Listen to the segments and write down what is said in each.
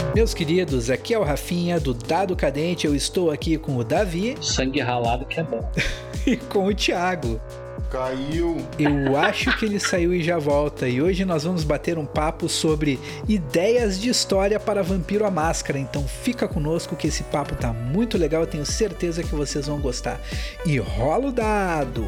Meus queridos, aqui é o Rafinha do Dado Cadente, eu estou aqui com o Davi. Sangue ralado que é bom. E com o Thiago. Caiu. Eu acho que ele saiu e já volta, e hoje nós vamos bater um papo sobre ideias de história para Vampiro à Máscara, então fica conosco que esse papo tá muito legal, eu tenho certeza que vocês vão gostar. E rola o dado!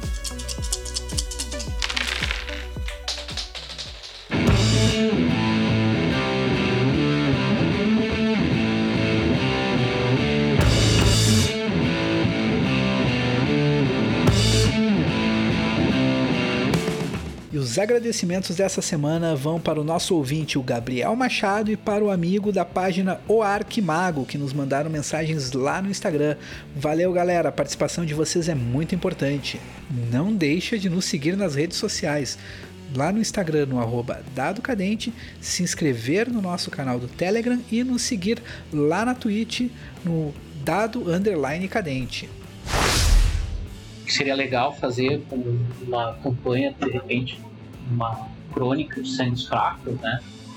Os agradecimentos dessa semana vão para o nosso ouvinte, o Gabriel Machado, e para o amigo da página O Arquimago, que nos mandaram mensagens lá no Instagram. Valeu, galera, a participação de vocês é muito importante. Não deixa de nos seguir nas redes sociais, lá no Instagram, no @dadocadente, se inscrever no nosso canal do Telegram e nos seguir lá na Twitch, no dado_cadente. Seria legal fazer uma campanha, de repente, uma crônica de sangues fracos, né?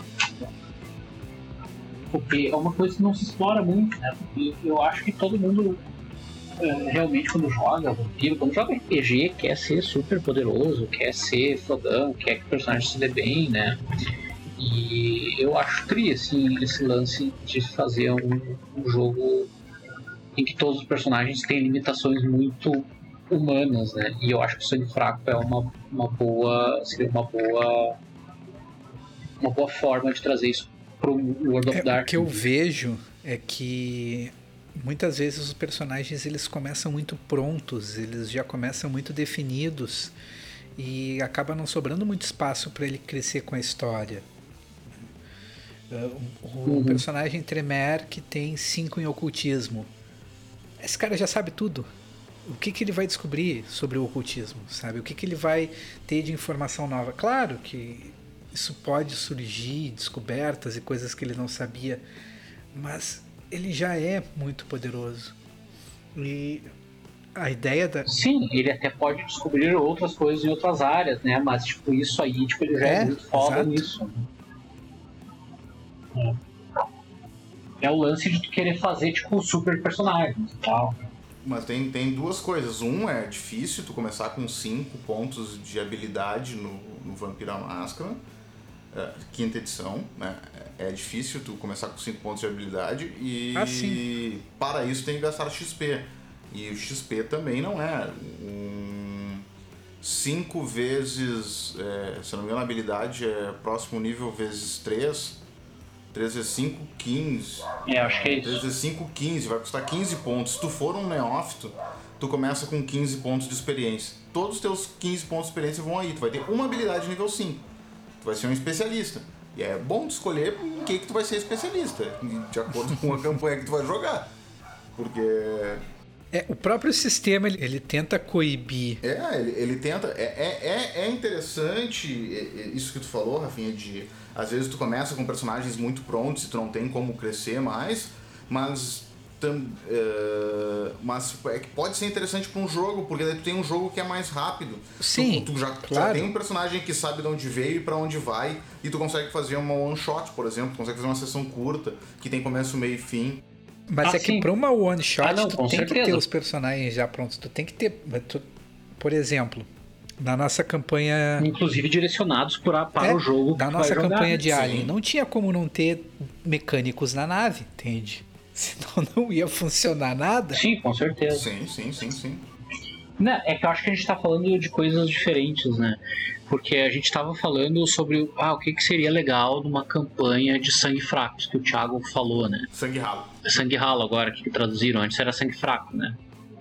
Porque é uma coisa que não se explora muito, né? Porque eu acho que todo mundo realmente, quando joga vampiro, quando joga RPG, quer ser super poderoso, quer ser fodão, quer que o personagem se dê bem, né? E eu acho assim, esse lance de fazer um jogo em que todos os personagens têm limitações muito humanas, né? E eu acho que o Sangue Fraco é seria uma boa forma de trazer isso pro World of Darkness. O que eu vejo é que muitas vezes os personagens eles começam muito prontos, eles já começam muito definidos e acaba não sobrando muito espaço para ele crescer com a história. O personagem Tremere, que tem 5 em ocultismo, esse cara já sabe tudo. O que ele vai descobrir sobre o ocultismo, sabe? O que ele vai ter de informação nova? Claro que isso pode surgir, descobertas e coisas que ele não sabia, mas ele já é muito poderoso. E a ideia da... Sim, ele até pode descobrir outras coisas em outras áreas, né? Mas, tipo, isso aí, tipo, ele já é muito foda nisso. É o lance de tu querer fazer, tipo, super personagens e tal. Mas tem duas coisas. Um, é difícil tu começar com 5 pontos de habilidade no Vampiro à Máscara, quinta edição, né? É difícil tu começar com 5 pontos de habilidade e para isso tem que gastar XP. E o XP também não é 5 vezes, se eu não me engano a habilidade é próximo nível vezes 3. 3 vezes 5, 15. Acho que é isso. 3 vezes 5, 15. Vai custar 15 pontos. Se tu for um neófito, tu começa com 15 pontos de experiência. Todos os teus 15 pontos de experiência vão aí. Tu vai ter uma habilidade nível 5. Tu vai ser um especialista. E é bom tu escolher em que tu vai ser especialista, de acordo com a campanha que tu vai jogar. Porque... o próprio sistema, ele tenta coibir. Ele tenta... É interessante isso que tu falou, Rafinha, de... Às vezes tu começa com personagens muito prontos e tu não tem como crescer mais, mas é que pode ser interessante para um jogo, porque daí tu tem um jogo que é mais rápido. Sim, tu já tem um personagem que sabe de onde veio e para onde vai, e tu consegue fazer uma one shot, por exemplo, tu consegue fazer uma sessão curta, que tem começo, meio e fim. Mas que para uma one shot tu tem certeza. Que ter os personagens já prontos, tu tem que ter, por exemplo... Na nossa campanha... Inclusive direcionados para o jogo. Da nossa campanha de Alien. Sim. Não tinha como não ter mecânicos na nave, entende? Senão não ia funcionar nada. Sim, com certeza. Sim. Não, é que eu acho que a gente tá falando de coisas diferentes, né? Porque a gente tava falando sobre o que seria legal numa campanha de sangue fracos, que o Thiago falou, né? Sangue ralo. Sangue ralo agora, que traduziram. Antes era sangue fraco, né?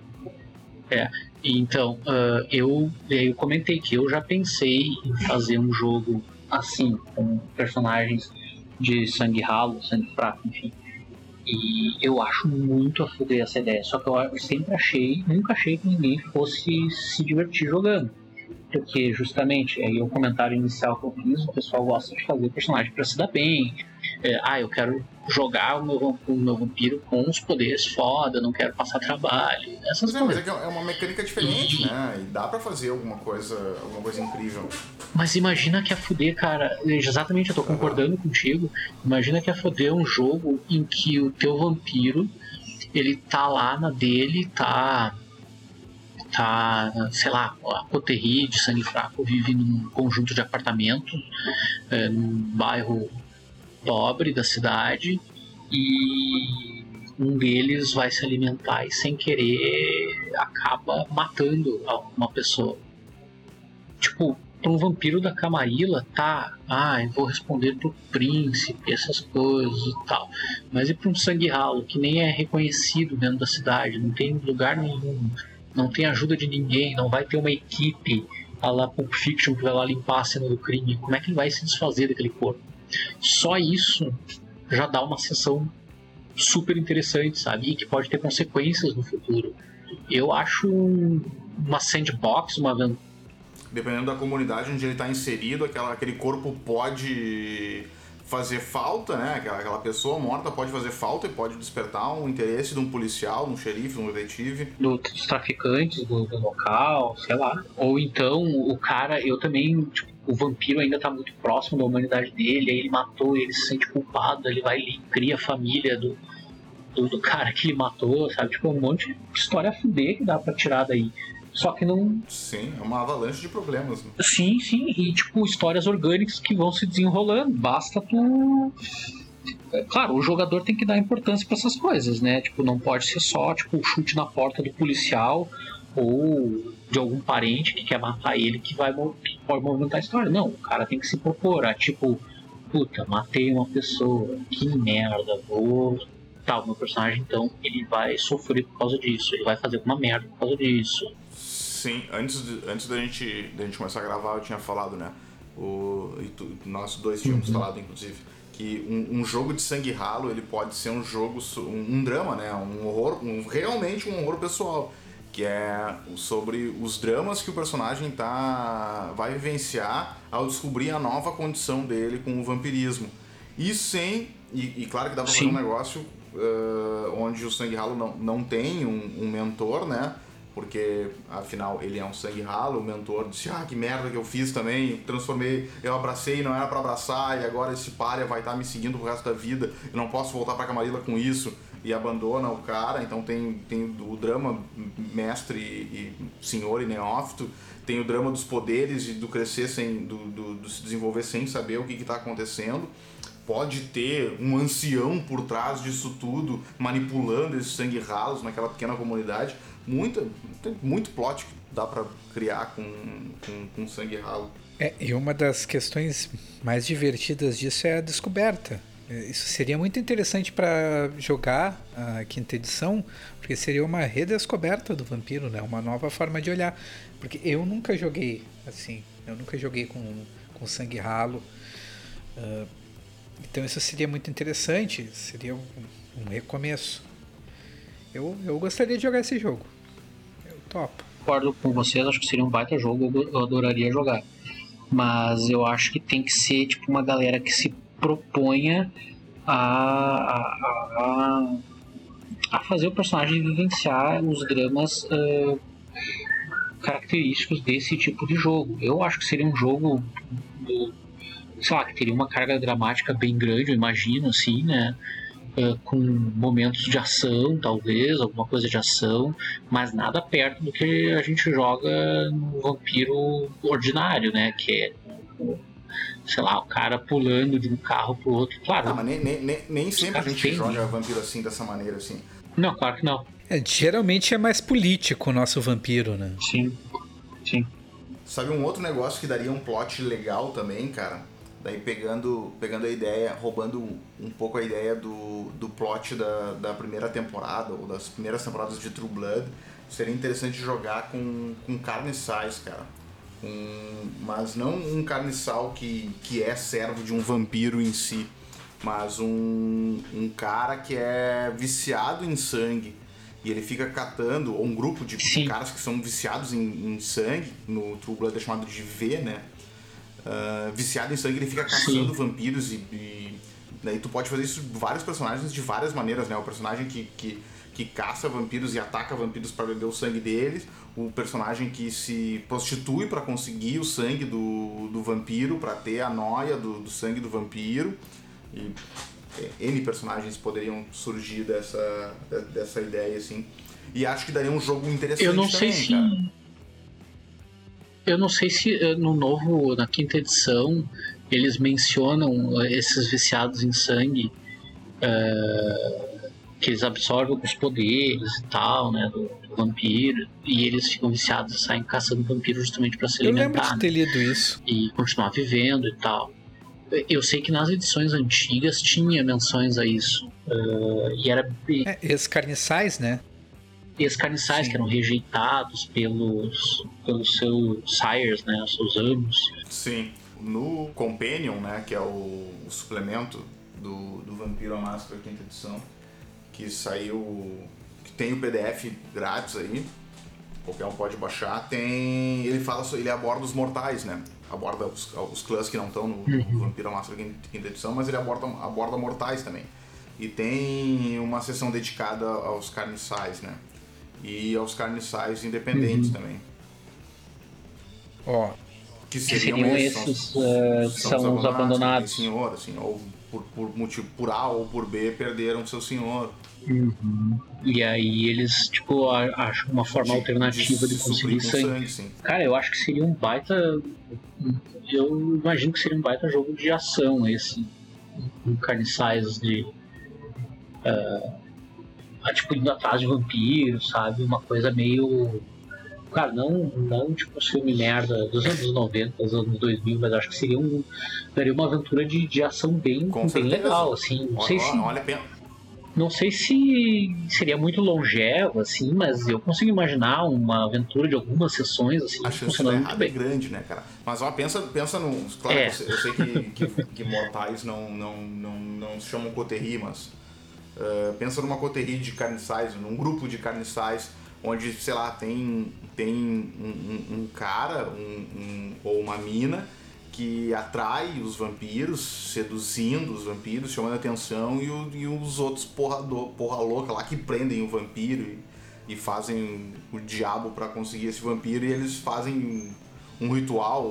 Então, eu comentei que eu já pensei em fazer um jogo assim, com personagens de sangue ralo, sangue fraco, enfim. E eu acho muito a fuder essa ideia. Só que eu nunca achei que ninguém fosse se divertir jogando. Porque justamente, aí o comentário inicial que eu fiz, o pessoal gosta de fazer personagem pra se dar bem. Eu quero jogar o meu vampiro com os poderes foda, não quero passar trabalho, essas Mas coisas. é que é uma mecânica diferente, né? E dá pra fazer alguma coisa incrível. Mas imagina que é fuder, cara. Exatamente, eu tô concordando contigo. Imagina que é fuder um jogo em que o teu vampiro, ele tá lá na dele, sei lá, a Coterri de Sangue Fraco vive num conjunto de apartamentos, num bairro pobre da cidade, e um deles vai se alimentar e sem querer acaba matando uma pessoa. Tipo, para um vampiro da Camarilla, eu vou responder pro príncipe, essas coisas e tal. Mas e para um sangue ralo que nem é reconhecido dentro da cidade, não tem lugar nenhum, não tem ajuda de ninguém, não vai ter uma equipe a la Pulp Fiction que vai lá limpar a cena do crime, como é que ele vai se desfazer daquele corpo? Só isso já dá uma sessão super interessante, sabe? E que pode ter consequências no futuro. Eu acho uma sandbox, Dependendo da comunidade onde ele está inserido, aquele corpo pode fazer falta, né? Aquela pessoa morta pode fazer falta e pode despertar um interesse de um policial, de um xerife, de um detetive. Dos traficantes do local, sei lá. Ou então o cara, eu também, tipo, o vampiro ainda tá muito próximo da humanidade dele, aí ele matou, ele se sente culpado, ele vai e cria a família do cara que ele matou, sabe? Tipo, um monte de história a fuder que dá pra tirar daí. Só que não... Sim, é uma avalanche de problemas. Né? Sim, e tipo, histórias orgânicas que vão se desenrolando. Basta tu... Claro, o jogador tem que dar importância pra essas coisas, né? Tipo, não pode ser só, tipo, o chute na porta do policial ou de algum parente que quer matar ele que pode movimentar a história. Não, o cara tem que se propor a, tipo, puta, matei uma pessoa, que merda, o meu personagem, então, ele vai sofrer por causa disso, ele vai fazer alguma merda por causa disso. Sim, antes da gente começar a gravar, eu tinha falado, né? Nós dois tínhamos falado, inclusive, que um jogo de sangue ralo, ele pode ser um jogo, um drama, né? Um horror, realmente um horror pessoal, que é sobre os dramas que o personagem vai vivenciar ao descobrir a nova condição dele com o vampirismo. E claro que dá pra fazer um negócio onde o sangue ralo não tem um mentor, né? Porque, afinal, ele é um sangue ralo, o mentor disse, que merda que eu fiz também, eu abracei, não era pra abraçar, e agora esse pária vai estar me seguindo pro resto da vida, eu não posso voltar pra Camarilla com isso, e abandona o cara. Então tem o drama mestre e senhor e neófito, tem o drama dos poderes e do crescer do se desenvolver sem saber o que tá acontecendo. Pode ter um ancião por trás disso tudo, manipulando esses sangue ralos naquela pequena comunidade. Tem muito plot que dá pra criar com sangue ralo. E uma das questões mais divertidas disso é a descoberta. Isso seria muito interessante para jogar a quinta edição, porque seria uma redescoberta do vampiro, né? Uma nova forma de olhar. Porque eu nunca joguei assim, com sangue ralo. Então isso seria muito interessante, seria um recomeço. Eu gostaria de jogar esse jogo. Eu topo. Concordo com vocês, acho que seria um baita jogo, eu adoraria jogar. Mas eu acho que tem que ser tipo uma galera que se proponha a fazer o personagem vivenciar os dramas característicos desse tipo de jogo. Eu acho que seria um jogo sei lá, que teria uma carga dramática bem grande, eu imagino, assim, né? Com momentos de ação, talvez, alguma coisa de ação, mas nada perto do que a gente joga no vampiro ordinário, né? Que é, sei lá, o cara pulando de um carro pro outro, claro. Mas nem sempre a gente joga vampiro assim, dessa maneira, assim. Não, claro que não. Geralmente é mais político o nosso vampiro, né? Sim. Sabe um outro negócio que daria um plot legal também, cara? Daí pegando a ideia, roubando um pouco a ideia do plot da primeira temporada, ou das primeiras temporadas de True Blood, seria interessante jogar com carniçais, cara. Mas não um carniçal que é servo de um vampiro em si, mas um cara que é viciado em sangue. E ele fica catando, ou um grupo de caras que são viciados em sangue, no True Blood é chamado de V, né? Viciado em sangue, ele fica caçando vampiros e Daí tu pode fazer isso vários personagens de várias maneiras, né? O personagem que caça vampiros e ataca vampiros para beber o sangue deles, o personagem que se prostitui para conseguir o sangue do vampiro, para ter a noia do sangue do vampiro. E N personagens poderiam surgir dessa ideia, assim. E acho que daria um jogo interessante também, cara. Eu não sei se na quinta edição, eles mencionam esses viciados em sangue, que eles absorvem os poderes e tal, né, do vampiro, e eles ficam viciados e saem caçando vampiro justamente para se alimentar. Eu lembro de ter lido isso. E continuar vivendo e tal. Eu sei que nas edições antigas tinha menções a isso. E era... Esses carniçais, né? Esses carniçais, sim, que eram rejeitados pelos seus sires, né, os seus amos. Sim. No Companion, né, que é o suplemento do Vampiro à Máscara quinta edição, que saiu, que tem o PDF grátis aí, qualquer um pode baixar, ele aborda os mortais, né, aborda os clãs que não estão no Vampiro à Máscara quinta edição, mas ele aborda mortais também. E tem uma seção dedicada aos carniçais, né, e aos carniçais independentes também. Ó, que seriam esses são os abandonados. Senhor, assim, ou por motivo por A ou por B perderam seu senhor. E aí eles, tipo, acham uma forma alternativa de conseguir sangue. Sim. Cara, eu acho que seria um baita... Eu imagino que seria um baita jogo de ação esse. Com carniçais de... tipo, indo atrás de vampiros, sabe? Uma coisa meio... Cara, não tipo um filme merda dos anos 90, dos anos 2000, mas acho que daria uma aventura de ação bem legal, assim. Não sei se seria muito longevo, assim, mas eu consigo imaginar uma aventura de algumas sessões, assim, funcionando muito bem. É grande, né, cara? Mas ó, pensa no... Claro, eu sei que mortais não se chamam coterie, mas... pensa numa coterie de carniçais, num grupo de carniçais, onde, sei lá, tem um cara ou uma mina que atrai os vampiros, seduzindo os vampiros, chamando a atenção, e os outros porra louca lá que prendem o vampiro e fazem o diabo para conseguir esse vampiro, e eles fazem um ritual,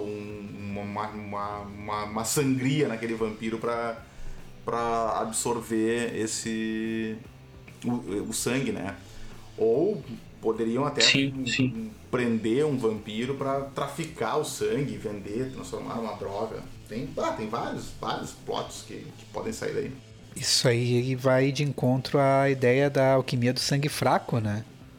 uma sangria naquele vampiro para absorver o sangue, né? Ou poderiam até prender um vampiro para traficar o sangue, vender, transformar numa droga. Tem vários plots que podem sair daí. Isso aí vai de encontro à ideia da alquimia do sangue fraco, né?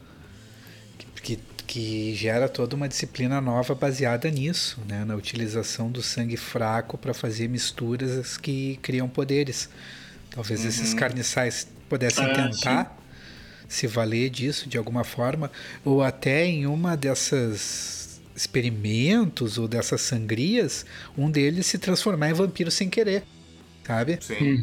Que gera toda uma disciplina nova baseada nisso, né? Na utilização do sangue fraco para fazer misturas que criam poderes. Talvez esses carniçais pudessem tentar se valer disso de alguma forma, ou até em uma dessas experimentos ou dessas sangrias, um deles se transformar em vampiro sem querer, sabe? Sim.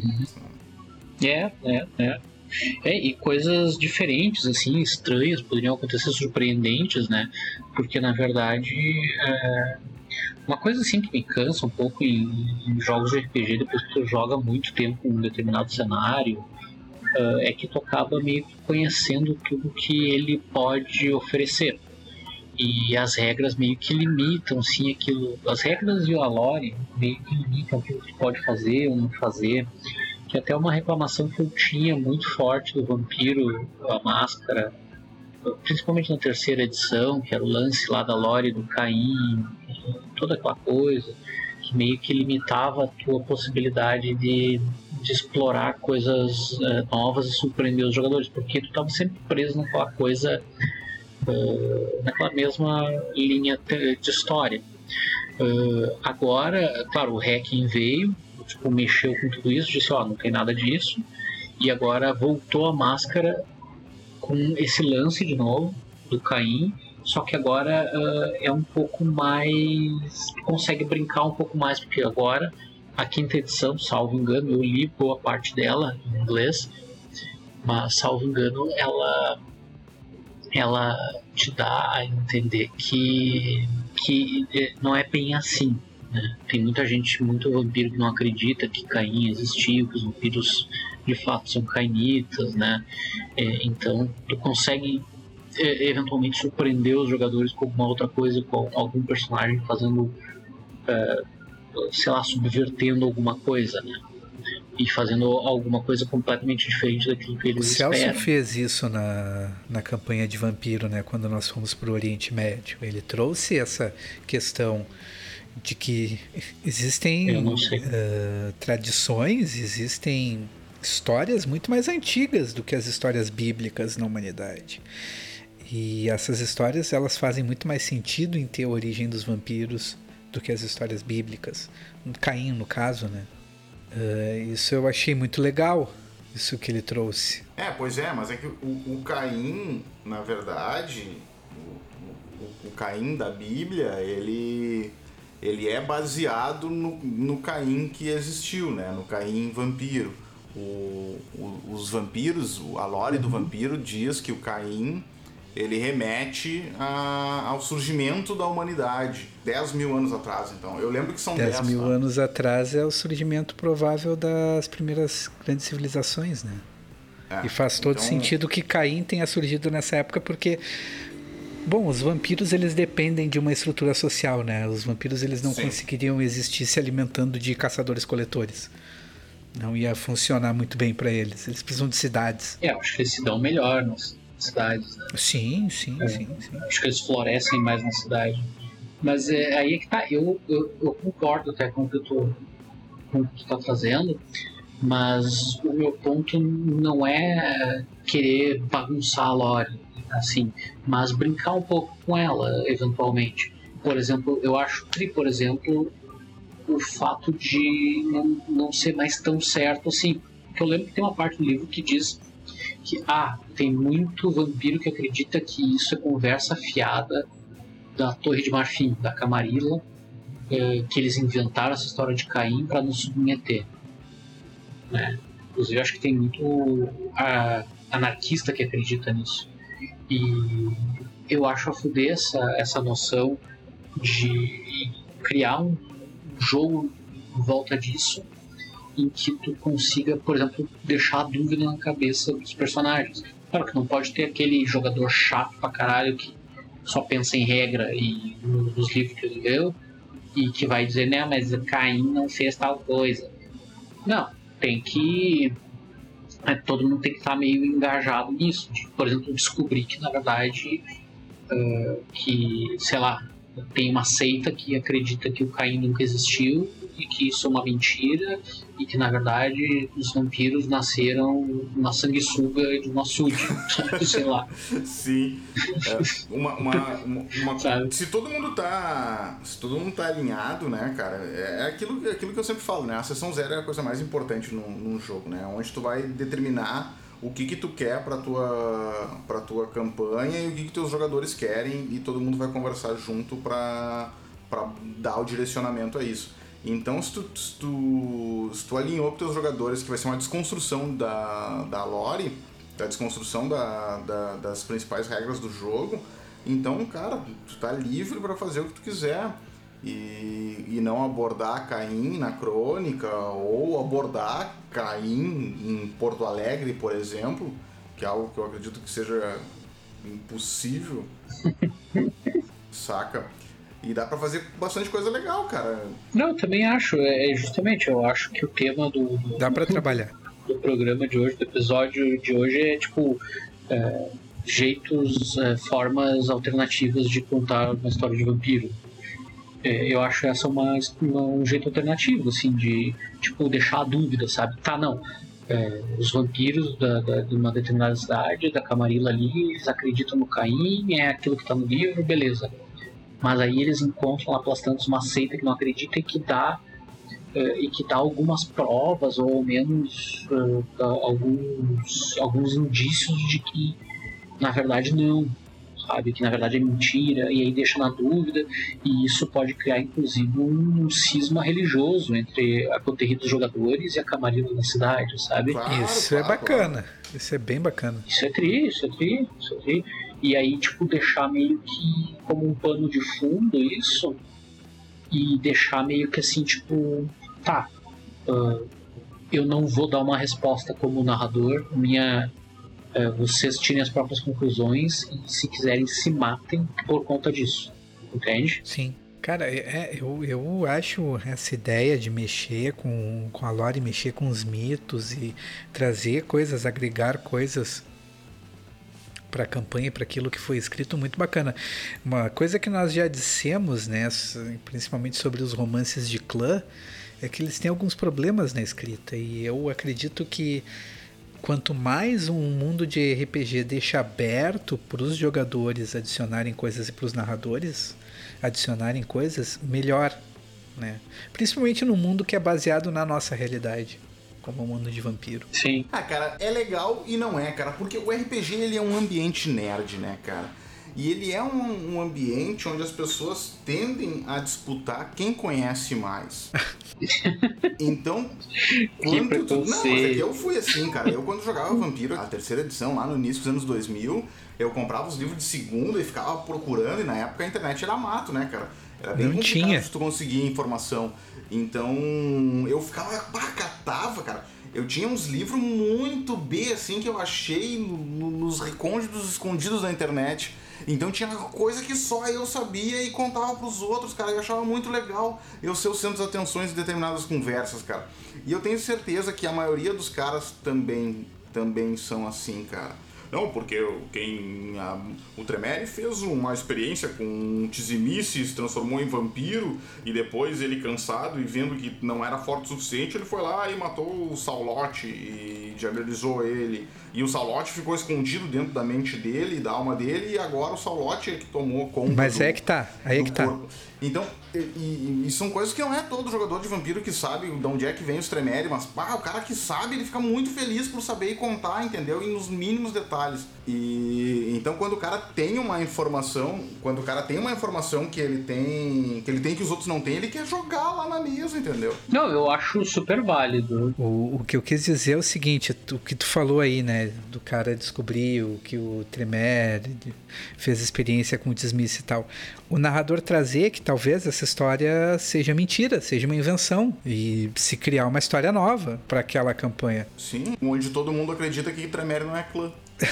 E coisas diferentes, assim, estranhas, poderiam acontecer, surpreendentes, né? Porque, na verdade, uma coisa assim que me cansa um pouco em jogos de RPG, depois que tu joga muito tempo um determinado cenário, é que tu acaba meio que conhecendo tudo que ele pode oferecer. E as regras meio que limitam, sim, aquilo. As regras e a lore meio que limitam aquilo que tu pode fazer ou não fazer. Que até uma reclamação que eu tinha muito forte do Vampiro à Máscara, principalmente na terceira edição, que era o lance lá da lore do Caim, toda aquela coisa, que meio que limitava a tua possibilidade de explorar coisas novas e surpreender os jogadores, porque tu estava sempre preso naquela coisa, naquela mesma linha de história. Agora, claro, o hacking veio, tipo, mexeu com tudo isso, disse, não tem nada disso, e agora voltou a Máscara com esse lance de novo do Caim, só que agora é um pouco mais... consegue brincar um pouco mais, porque agora a quinta edição, salvo engano, eu li boa parte dela em inglês, mas salvo engano ela te dá a entender que não é bem assim, né? Tem muita gente, muito vampiro que não acredita que Caim existiu, que os vampiros de fato são cainitas, né? Então tu consegue eventualmente surpreender os jogadores com alguma outra coisa, com algum personagem fazendo, sei lá, subvertendo alguma coisa, né? E fazendo alguma coisa completamente diferente daquilo que eles esperam. O Celso fez isso na campanha de vampiro, né? Quando nós fomos para o Oriente Médio. Ele trouxe essa questão de que existem tradições, existem histórias muito mais antigas do que as histórias bíblicas na humanidade. E essas histórias, elas fazem muito mais sentido em ter a origem dos vampiros do que as histórias bíblicas. Caim, no caso, né? Isso eu achei muito legal, isso que ele trouxe. Pois é, mas é que o Caim, na verdade, o Caim da Bíblia, ele é baseado no Caim que existiu, né? No Caim vampiro. Os vampiros, a lore do vampiro diz que o Caim, ele remete ao surgimento da humanidade, 10 mil anos atrás, então. Eu lembro que são 10 mil anos atrás é o surgimento provável das primeiras grandes civilizações, né? E faz todo sentido que Caim tenha surgido nessa época, porque, bom, os vampiros, eles dependem de uma estrutura social, né? Os vampiros, eles não conseguiriam existir se alimentando de caçadores-coletores. Não ia funcionar muito bem para eles. Eles precisam de cidades. Acho que eles se dão melhor nas cidades, né? Sim. Acho que eles florescem mais na cidade. Mas aí é que tá. Eu concordo até com o que tu tá trazendo, mas o meu ponto não é querer bagunçar a lore, assim, mas brincar um pouco com ela, eventualmente. Por exemplo, eu acho que, o fato de não ser mais tão certo assim. Porque eu lembro que tem uma parte do livro que diz que tem muito vampiro que acredita que isso é conversa fiada da Torre de Marfim, da Camarilla, que eles inventaram essa história de Caim para nos submeter, né? Inclusive, acho que tem muito anarquista que acredita nisso. E eu acho a fuder essa noção de criar um jogo em volta disso, em que tu consiga, por exemplo, deixar a dúvida na cabeça dos personagens. Claro que não pode ter aquele jogador chato pra caralho que só pensa em regra e nos livros que ele leu e que vai dizer, né, mas Caim não fez tal coisa. Não, tem que... todo mundo tem que estar meio engajado nisso. De, por exemplo, descobrir que, na verdade, que, sei lá, tem uma seita que acredita que o Caim nunca existiu e que isso é uma mentira e que, na verdade, os vampiros nasceram na sanguessuga de um açude, sei lá. Sim. Se todo mundo tá alinhado, né, cara, é aquilo que eu sempre falo, né? A sessão zero é a coisa mais importante num jogo, né? Onde tu vai determinar o que tu quer pra tua campanha e o que teus jogadores querem, e todo mundo vai conversar junto pra dar o direcionamento a isso. Então, se tu alinhou com teus jogadores que vai ser uma desconstrução da lore, da desconstrução das principais regras do jogo, então, cara, tu tá livre pra fazer o que tu quiser. E não abordar Caim na crônica, ou abordar Caim em Porto Alegre, por exemplo, que é algo que eu acredito que seja impossível, saca? E dá pra fazer bastante coisa legal, cara. Não, eu também acho. Justamente, eu acho que o tema dá pra trabalhar. Do programa de hoje, do episódio de hoje, é tipo... jeitos, formas alternativas de contar uma história de vampiro. Eu acho essa um jeito alternativo, assim, de, tipo, deixar a dúvida, sabe? Os vampiros de uma determinada cidade, da Camarilla ali, eles acreditam no Caim, é aquilo que tá no livro, beleza. Mas aí eles encontram lá pelas tantas uma seita que não acredita e que dá algumas provas, ou ao menos alguns indícios de que, na verdade, não. Sabe, que na verdade é mentira, e aí deixa na dúvida, e isso pode criar inclusive um cisma religioso entre a coterie dos jogadores e a Camarilla da cidade, sabe? Claro, isso é bacana, claro. Isso é bem bacana. Isso é tri. E aí, tipo, deixar meio que como um pano de fundo isso, e deixar meio que assim, tipo, tá, eu não vou dar uma resposta como narrador, vocês tirem as próprias conclusões e se quiserem se matem por conta disso, entende? Sim. Cara, eu acho essa ideia de mexer com a lore, mexer com os mitos e trazer coisas, agregar coisas para a campanha, para aquilo que foi escrito, muito bacana. Uma coisa que nós já dissemos, né, principalmente sobre os romances de clã, é que eles têm alguns problemas na escrita, e eu acredito que quanto mais um mundo de RPG deixa aberto para os jogadores adicionarem coisas e para os narradores adicionarem coisas, melhor, né? Principalmente no mundo que é baseado na nossa realidade, como o mundo de vampiro. Sim. Cara, é legal e não é, cara, porque o RPG ele é um ambiente nerd, né, cara? E ele é um ambiente onde as pessoas tendem a disputar quem conhece mais. Então, Não, mas é que eu fui assim, cara. Eu quando jogava Vampiro, a terceira edição, lá no início dos anos 2000, eu comprava os livros de segunda e ficava procurando, e na época a internet era mato, né, cara? Era bem complicado se tu conseguir informação. Então, eu ficava, catava, cara. Eu tinha uns livros muito B, assim, que eu achei nos recônditos escondidos da internet. Então tinha coisa que só eu sabia e contava pros outros, cara. Eu achava muito legal eu ser o centro das atenções em determinadas conversas, cara. E eu tenho certeza que a maioria dos caras também são assim, cara. Não, porque o Tremere fez uma experiência com Tizimice, se transformou em vampiro, e depois ele, cansado e vendo que não era forte o suficiente, ele foi lá e matou o Saulote e diabelizou ele. E o Saulote ficou escondido dentro da mente dele, da alma dele, e agora o Saulote é que tomou conta Mas é que tá, aí é que tá. Então, e são coisas que não é todo jogador de vampiro que sabe de onde é que vem os Tremere, mas o cara que sabe, ele fica muito feliz por saber e contar, entendeu? E nos mínimos detalhes. E então quando o cara tem uma informação, que ele tem que os outros não têm, ele quer jogar lá na mesa, entendeu? Não, eu acho super válido. O que eu quis dizer é o seguinte, o que tu falou aí, né, do cara descobrir o que o Tremere fez experiência com o Dismiss e tal. O narrador trazer que talvez essa história seja mentira, seja uma invenção, e se criar uma história nova para aquela campanha. Sim, onde todo mundo acredita que Tremere não é clã.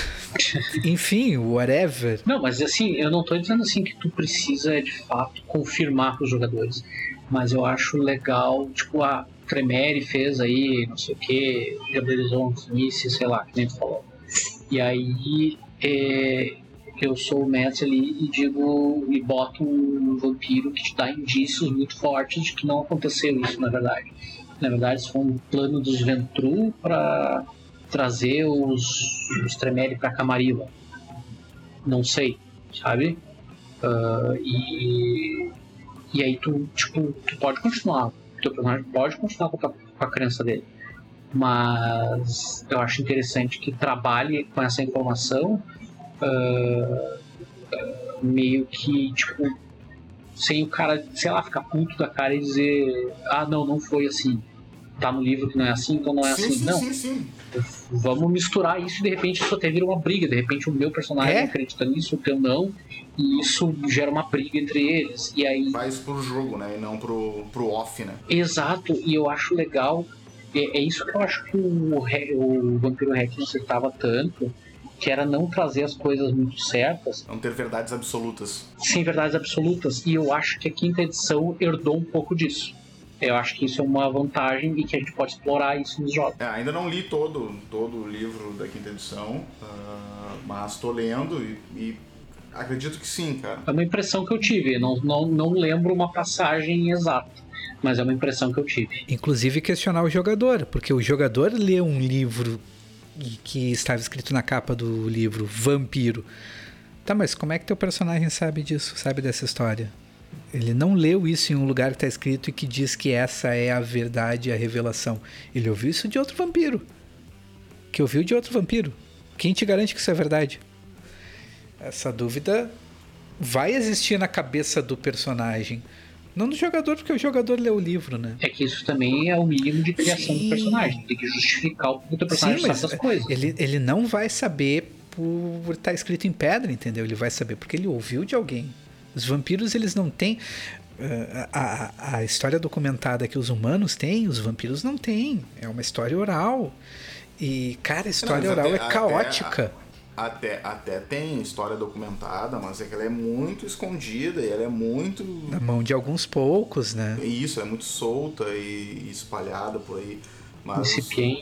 Enfim, whatever. Não, mas assim, eu não tô dizendo assim que tu precisa de fato confirmar pros jogadores, mas eu acho legal, tipo, a Tremere fez aí, não sei o que, diabelizou um Smith, sei lá, que nem tu falou. E aí eu sou o mestre ali e digo, e boto um vampiro que te dá indícios muito fortes de que não aconteceu isso, na verdade. Na verdade, isso foi um plano dos Ventru para trazer os Tremere pra Camarilla. Não sei, sabe? E aí tu pode continuar, teu personagem pode continuar com a crença dele, mas eu acho interessante que trabalhe com essa informação meio que, tipo, sem o cara, sei lá, ficar puto da cara e dizer, não foi assim, tá no livro que não é assim, então não é assim. Sim. Vamos misturar isso e de repente isso até vira uma briga, de repente o meu personagem acredita nisso, o teu não, e isso gera uma briga entre eles, e aí faz pro jogo, né, e não pro off, né. Exato, e eu acho legal, é isso que eu acho que o Vampiro Hack não acertava tanto, que era não trazer as coisas muito certas. Não ter verdades absolutas. Sem verdades absolutas, e eu acho que a quinta edição herdou um pouco disso. Eu acho que isso é uma vantagem e que a gente pode explorar isso nos jogos. Ainda não li todo o livro da quinta edição, mas tô lendo e acredito que sim, cara. É uma impressão que eu tive, não lembro uma passagem exata, mas é uma impressão que eu tive. Inclusive questionar o jogador, porque o jogador lê um livro que estava escrito na capa do livro, Vampiro. Tá, mas como é que teu personagem sabe disso, sabe dessa história? Ele não leu isso em um lugar que está escrito e que diz que essa é a verdade, a revelação. Ele ouviu isso de outro vampiro. Que ouviu de outro vampiro. Quem te garante que isso é verdade? Essa dúvida vai existir na cabeça do personagem. Não do jogador, porque o jogador leu o livro, né? É que isso também é o mínimo de criação do personagem. Tem que justificar o que o teu personagem sabe das coisas. Ele não vai saber por estar escrito em pedra, entendeu? Ele vai saber porque ele ouviu de alguém. Os vampiros, eles não têm... A história documentada que os humanos têm, os vampiros não têm. É uma história oral. E, cara, a história oral é caótica. Até tem história documentada, mas é que ela é muito escondida e ela é muito... Na mão de alguns poucos, né? Isso, é muito solta e espalhada por aí. Mas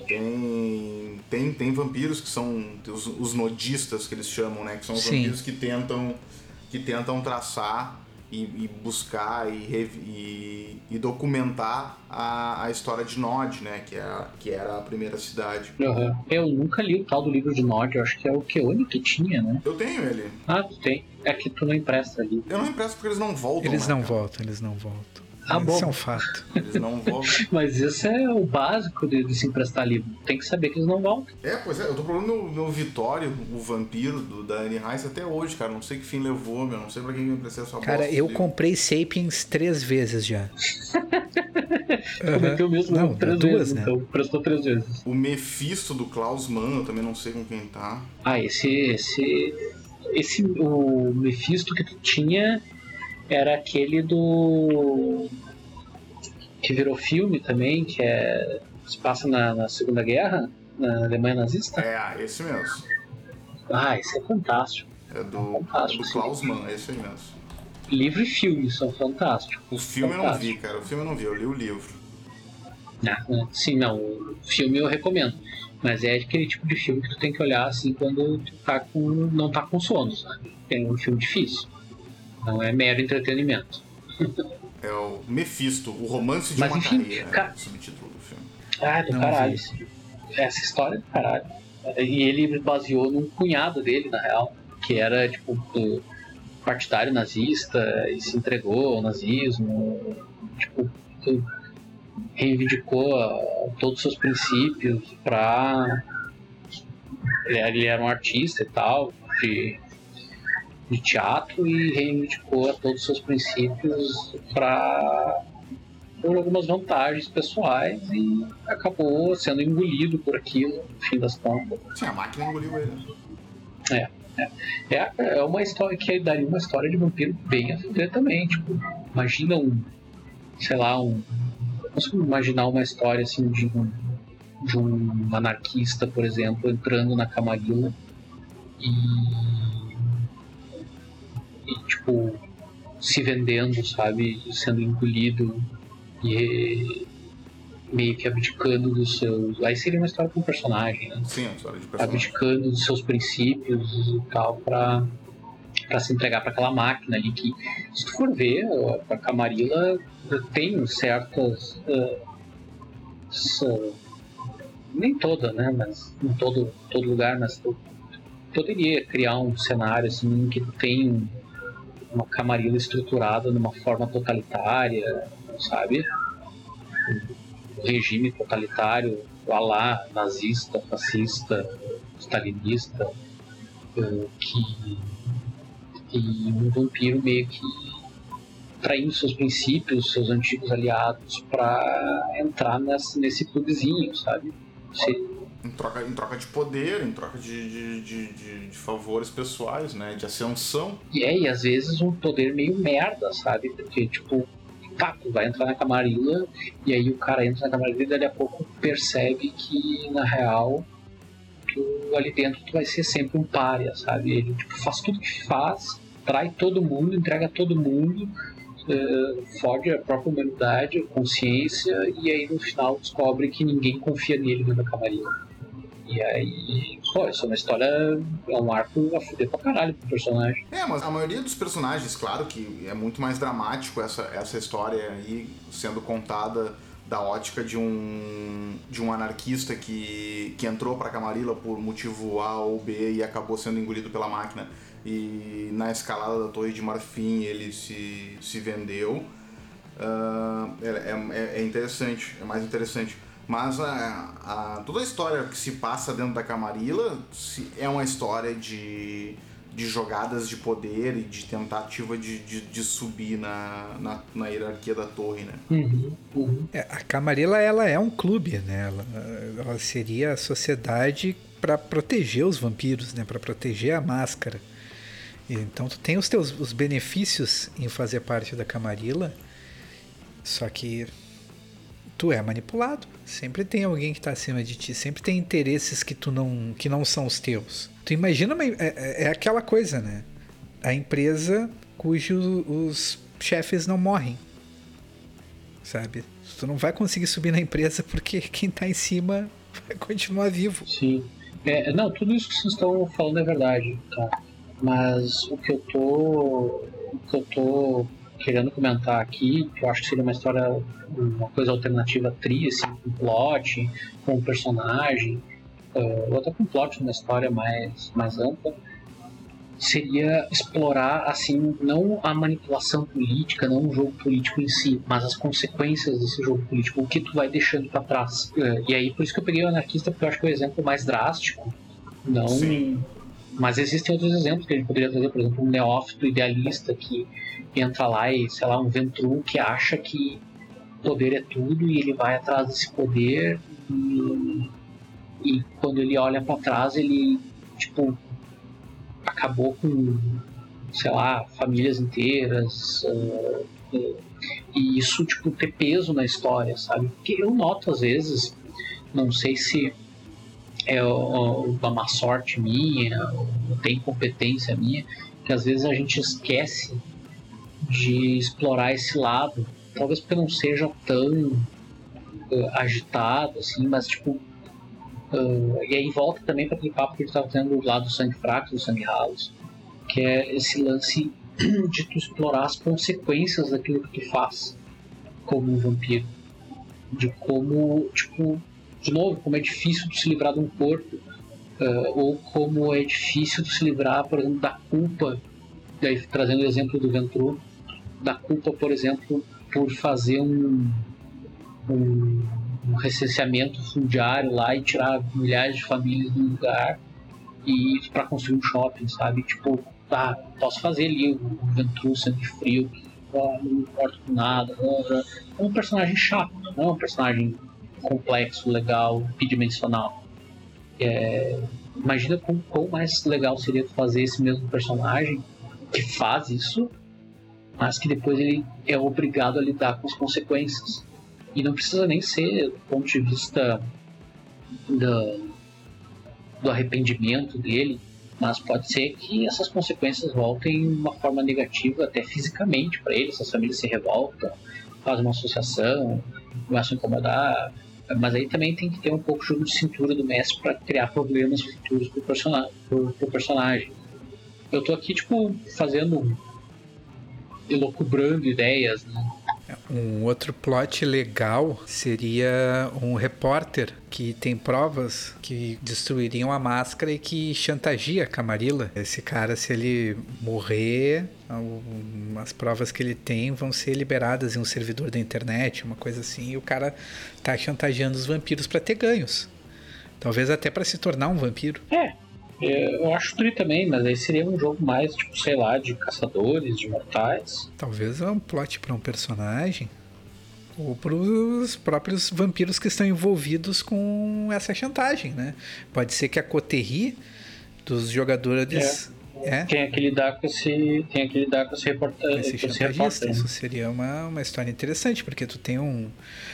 tem vampiros que são os nodistas, que eles chamam, né? Que são os vampiros que tentam traçar e buscar e documentar a história de Nod, né? Que era a primeira cidade. Uhum. Eu nunca li o tal do livro de Nod, eu acho que é o Keone que tinha, né? Eu tenho ele. Ah, tu tem. É que tu não empresta ali. Eu não empresto porque eles não voltam. Eles não voltam. Isso é um fato. Eles não voltam. Mas isso é o básico de se emprestar livro. Tem que saber que eles não voltam. Pois é. Eu tô procurando no Vitório, o vampiro da Anne Rice até hoje, cara. Não sei que fim levou, meu. Não sei pra quem eu emprestei essa bosta. Cara, eu comprei Sapiens 3 vezes já. Cometeu o mesmo erro 3 vezes, né? Então prestou 3 vezes. O Mephisto do Klaus Mann, eu também não sei com quem tá. O Mephisto que tu tinha era aquele que virou filme também, que se passa na Segunda Guerra, na Alemanha nazista. Esse mesmo. Esse é fantástico. É do Klaus Mann, é esse aí mesmo. Livro e filme são fantásticos. O filme eu não vi, cara. O filme eu não vi, eu li o livro. Sim, não. O filme eu recomendo. Mas é aquele tipo de filme que tu tem que olhar assim quando tu não tá com sono, sabe? É um filme difícil. Não é mero entretenimento. É o Mephisto, o romance de uma carreira, o subtítulo do filme. Do caralho. Essa história é do caralho. E ele baseou num cunhado dele, na real, que era, tipo, partidário nazista e se entregou ao nazismo, tipo, reivindicou todos os seus princípios pra... Ele era um artista e tal, de teatro, e reivindicou todos os seus princípios por algumas vantagens pessoais e acabou sendo engolido por aquilo, no fim das contas. Sim, a máquina engoliu ele. É uma história que daria uma história de vampiro bem a fuder também. Tipo, imagina vamos imaginar uma história assim de um anarquista, por exemplo, entrando na Camarilla e tipo, se vendendo, sabe, sendo engolido e meio que abdicando dos seus... Aí seria uma história com personagem, né? Sim, uma história de personagem. Abdicando dos seus princípios e tal pra se entregar para aquela máquina ali que, se tu for ver, a Camarilla tem certas... nem toda, né? Mas em todo lugar, mas tu poderia criar um cenário assim que tem uma Camarilla estruturada numa forma totalitária, sabe? Um regime totalitário, alá nazista, fascista, stalinista, e um vampiro meio que traindo seus princípios, seus antigos aliados, para entrar nesse clubezinho, sabe? Em troca de poder, em troca de favores pessoais, né? De ascensão. E às vezes um poder meio merda, sabe? Porque, tipo, tu vai entrar na Camarilla, e aí o cara entra na Camarilla e dali a pouco percebe que, na real, ali dentro tu vai ser sempre um pária, sabe? Ele tipo, faz tudo que faz, trai todo mundo, entrega todo mundo, fode a própria humanidade, a consciência, e aí no final descobre que ninguém confia nele dentro da Camarilla. E aí, isso é uma história, é um arco a fuder pra caralho pro personagem. Mas a maioria dos personagens, claro que é muito mais dramático essa história aí sendo contada da ótica de um anarquista que entrou pra Camarilla por motivo A ou B e acabou sendo engolido pela máquina. E na escalada da Torre de Marfim ele se vendeu. É interessante, é mais interessante. Mas toda a história que se passa dentro da Camarilla é uma história de jogadas de poder e de tentativa de subir na hierarquia da torre, né? A Camarilla, ela é um clube, né? Ela seria a sociedade para proteger os vampiros, né? Para proteger a máscara. Então tu tem os benefícios em fazer parte da Camarilla, Só que tu é manipulado. Sempre tem alguém que tá acima de ti. Sempre tem interesses que não são os teus. Tu imagina, é aquela coisa, né? A empresa cujos os chefes não morrem. Sabe? Tu não vai conseguir subir na empresa porque quem tá em cima vai continuar vivo. Sim. Não, tudo isso que vocês estão falando é verdade, tá? Mas o que eu tô querendo comentar aqui, que eu acho que seria uma história, uma coisa alternativa assim, com plot, com um personagem, ou até com plot numa história mais ampla, seria explorar, assim, não a manipulação política, não o jogo político em si, mas as consequências desse jogo político, o que tu vai deixando pra trás. E aí, por isso que eu peguei o Anarquista, porque eu acho que é o exemplo mais drástico, não... Sim. Mas existem outros exemplos que a gente poderia trazer, por exemplo, um neófito idealista que entra lá e, sei lá, um Ventru que acha que poder é tudo e ele vai atrás desse poder e quando ele olha pra trás ele, tipo, acabou com, sei lá, famílias inteiras e isso, tipo, ter peso na história, sabe? Porque eu noto às vezes, não sei se é uma má sorte minha, ou tem competência minha, que às vezes a gente esquece de explorar esse lado, talvez porque não seja tão agitado, assim, mas tipo, e aí volta também para aquele papo que a gente estava tendo do lado do sangue fraco, do sangue ralos, que é esse lance de tu explorar as consequências daquilo que tu faz como um vampiro, de como, tipo, de novo, como é difícil de se livrar de um corpo, ou como é difícil de se livrar, por exemplo, da culpa, daí, trazendo o exemplo do Ventru, da culpa, por exemplo, por fazer um recenseamento fundiário lá e tirar milhares de famílias do lugar e para construir um shopping, sabe? Tipo, posso fazer ali o Ventru sangue frio, não importa com nada, é um personagem chato, não é um personagem complexo, legal, bidimensional. Imagina quão mais legal seria fazer esse mesmo personagem que faz isso, mas que depois ele é obrigado a lidar com as consequências. E não precisa nem ser do ponto de vista do arrependimento dele, mas pode ser que essas consequências voltem de uma forma negativa, até fisicamente para ele. Essas famílias se revoltam, fazem uma associação, começam a incomodar. Mas aí também tem que ter um pouco de jogo de cintura do mestre para criar problemas futuros pro personagem. Eu tô aqui, tipo, elucubrando ideias, né? Um outro plot legal seria um repórter que tem provas que destruiriam a máscara e que chantageia a Camarilla. Esse cara, se ele morrer, as provas que ele tem vão ser liberadas em um servidor da internet, uma coisa assim, e o cara tá chantageando os vampiros para ter ganhos. Talvez até para se tornar um vampiro. Eu acho tri também, mas aí seria um jogo mais, tipo, sei lá, de caçadores, de mortais. Talvez é um plot para um personagem ou para os próprios vampiros que estão envolvidos com essa chantagem, né? Pode ser que a coterie dos jogadores tem que lidar com esse repórter. Né? Isso seria uma história interessante, porque tu tem um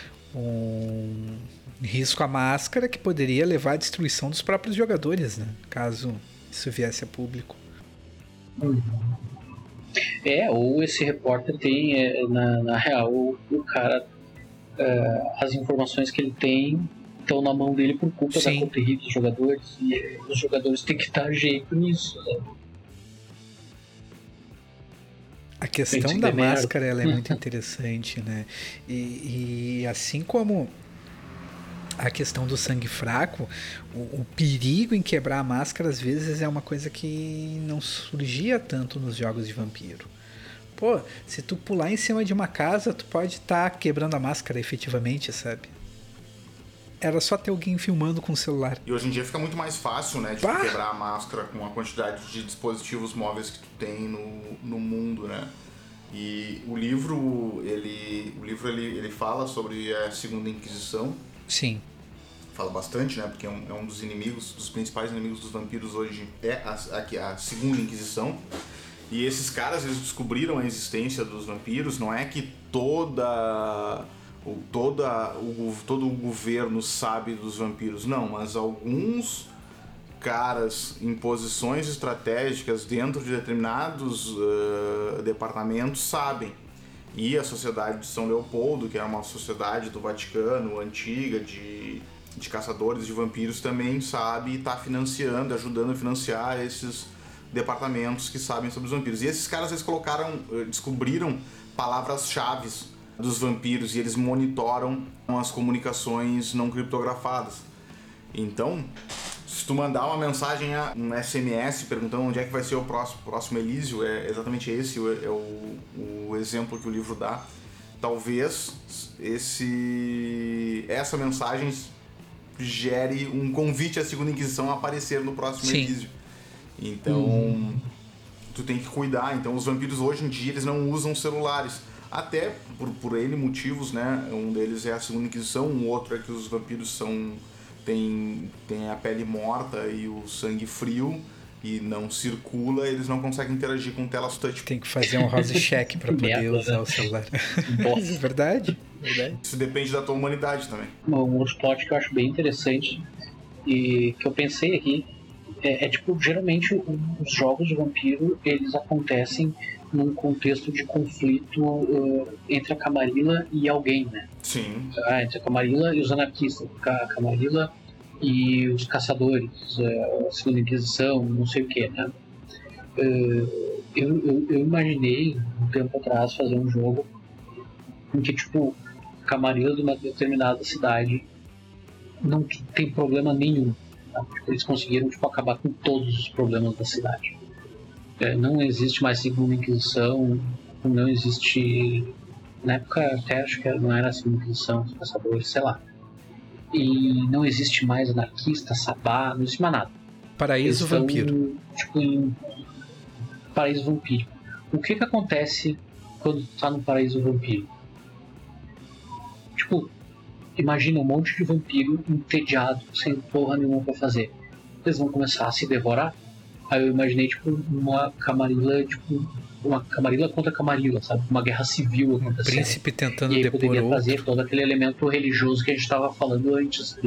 risco à máscara que poderia levar à destruição dos próprios jogadores, né? Caso isso viesse a público. Ou esse repórter tem, na real, o cara, as informações que ele tem estão na mão dele por culpa da coterie dos jogadores, e os jogadores têm que dar jeito nisso, né? A questão da máscara ela é muito interessante, né? E assim como a questão do sangue fraco, o perigo em quebrar a máscara às vezes é uma coisa que não surgia tanto nos jogos de vampiro. Pô, se tu pular em cima de uma casa, tu pode estar quebrando a máscara efetivamente, sabe? Era só ter alguém filmando com o celular. E hoje em dia fica muito mais fácil, né, de quebrar a máscara com a quantidade de dispositivos móveis que tu tem no mundo, né? E o livro ele fala sobre a Segunda Inquisição. Sim. Fala bastante, né? Porque é um dos inimigos, dos principais inimigos dos vampiros hoje é a Segunda Inquisição. E esses caras, eles descobriram a existência dos vampiros, não é que todo o governo sabe dos vampiros, não, mas alguns caras em posições estratégicas dentro de determinados departamentos sabem. E a Sociedade de São Leopoldo, que é uma sociedade do Vaticano, antiga, de caçadores de vampiros, também sabe e está financiando, ajudando a financiar esses departamentos que sabem sobre os vampiros. E esses caras, eles descobriram palavras-chave dos vampiros e eles monitoram as comunicações não criptografadas. Então, se tu mandar uma mensagem, um SMS, perguntando onde é que vai ser o próximo Elísio, é exatamente esse o exemplo que o livro dá. Talvez essa mensagem gere um convite à Segunda Inquisição a aparecer no próximo Elísio. Então, tu tem que cuidar. Então, os vampiros hoje em dia, eles não usam celulares. Até por N motivos, né? Um deles é a Segunda Inquisição, um outro é que os vampiros têm a pele morta e o sangue frio e não circula, eles não conseguem interagir com telas touch. Tem que fazer um house check para poder usar o celular. É verdade. Isso depende da tua humanidade também. Um outro plot que eu acho bem interessante e que eu pensei aqui tipo, geralmente os jogos de vampiro, eles acontecem num contexto de conflito entre a Camarilla e alguém, né? Sim. Entre a Camarilla e os anarquistas, a Camarilla e os caçadores, a Segunda Inquisição, não sei o que, né? Eu imaginei, um tempo atrás, fazer um jogo em que, tipo, a Camarilla de uma determinada cidade não tem problema nenhum. Eles conseguiram acabar com todos os problemas da cidade. Não existe mais Segunda Inquisição, não existe... Na época até acho que não era a Segunda Inquisição, os caçadores, sei lá. E não existe mais anarquista, sabá, não existe mais nada. Paraíso vampiro. Tipo, em paraíso vampiro. O que acontece quando tu tá no paraíso vampiro? Tipo... Imagina um monte de vampiro entediado, sem porra nenhuma pra fazer. Eles vão começar a se devorar. Aí eu imaginei, tipo, uma Camarilla, uma Camarilla contra Camarilla, sabe? Uma guerra civil acontecendo. Um príncipe tentando depor outro. E aí poderia trazer todo aquele elemento religioso que a gente tava falando antes,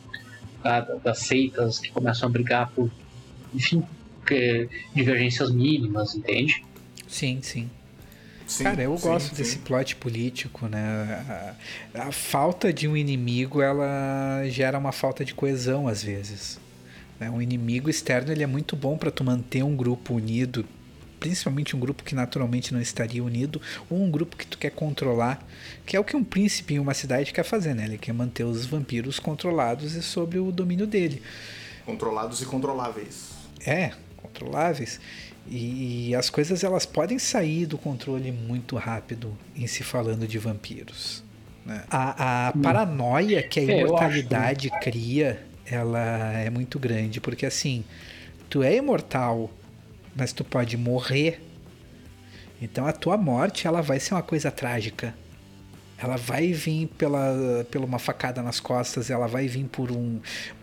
das seitas que começam a brigar por, enfim, divergências mínimas, entende? Sim. Cara, eu gosto desse plot político, né? A falta de um inimigo, ela gera uma falta de coesão às vezes. Um inimigo externo, ele é muito bom para tu manter um grupo unido, principalmente um grupo que naturalmente não estaria unido, ou um grupo que tu quer controlar, que é o que um príncipe em uma cidade quer fazer, né? Ele quer manter os vampiros controlados e sob o domínio dele. Controlados e controláveis. Controláveis. E as coisas, elas podem sair do controle muito rápido em se falando de vampiros, né? A paranoia que a imortalidade cria, ela é muito grande, porque assim, tu é imortal, mas tu pode morrer. Então a tua morte, ela vai ser uma coisa trágica. Ela vai vir pela uma facada nas costas, ela vai vir por um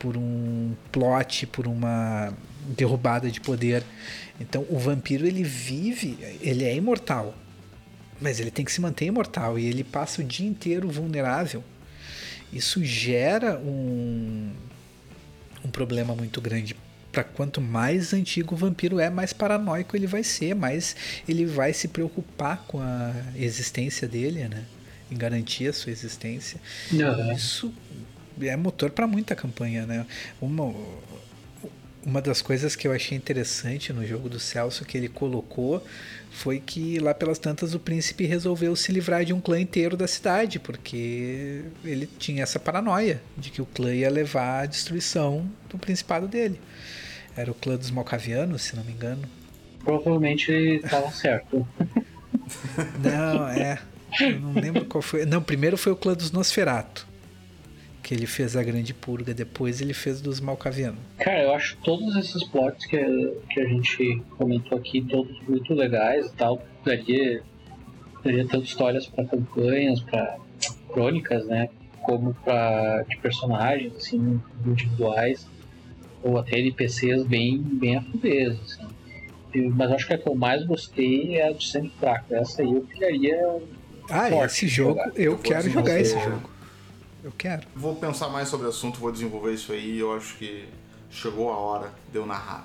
plot, por uma derrubada de poder. Então o vampiro, ele é imortal, mas ele tem que se manter imortal e ele passa o dia inteiro vulnerável. Isso gera um problema muito grande. Para quanto mais antigo o vampiro é, mais paranoico ele vai ser, mais ele vai se preocupar com a existência dele, né? Em garantir a sua existência. Isso é motor para muita campanha, né? Uma das coisas que eu achei interessante no jogo do Celso que ele colocou foi que lá pelas tantas o príncipe resolveu se livrar de um clã inteiro da cidade, porque ele tinha essa paranoia de que o clã ia levar à destruição do principado dele. Era o clã dos Malkavianos, se não me engano. Provavelmente ele estava certo. Não, eu não lembro qual foi. Não, primeiro foi o clã dos Nosferatu, que ele fez a grande purga, depois ele fez dos Malkavianos. Cara, eu acho todos esses plots que a gente comentou aqui, todos muito legais e tal. Daria tanto histórias para campanhas, para crônicas, né? Como de personagens, assim, individuais, ou até NPCs bem afudez, assim. Mas acho que a que eu mais gostei é a de Sangue Fraco. Essa aí eu ficaria. Esse jogo, eu quero jogar esse jogo. Eu quero. Vou pensar mais sobre o assunto, vou desenvolver isso aí e eu acho que chegou a hora de eu narrar.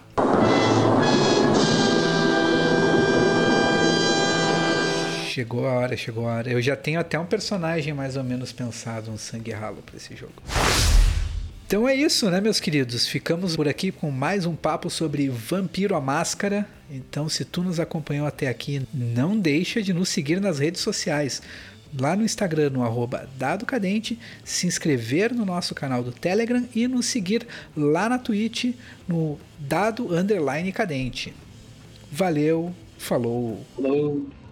Chegou a hora. Eu já tenho até um personagem mais ou menos pensado, um sangue ralo pra esse jogo. Então é isso, né, meus queridos? Ficamos por aqui com mais um papo sobre Vampiro à Máscara. Então, se tu nos acompanhou até aqui, não deixa de nos seguir nas redes sociais. Lá no Instagram, no @dadocadente, se inscrever no nosso canal do Telegram e nos seguir lá na Twitch, no Dado_Cadente. Valeu, falou! Falou.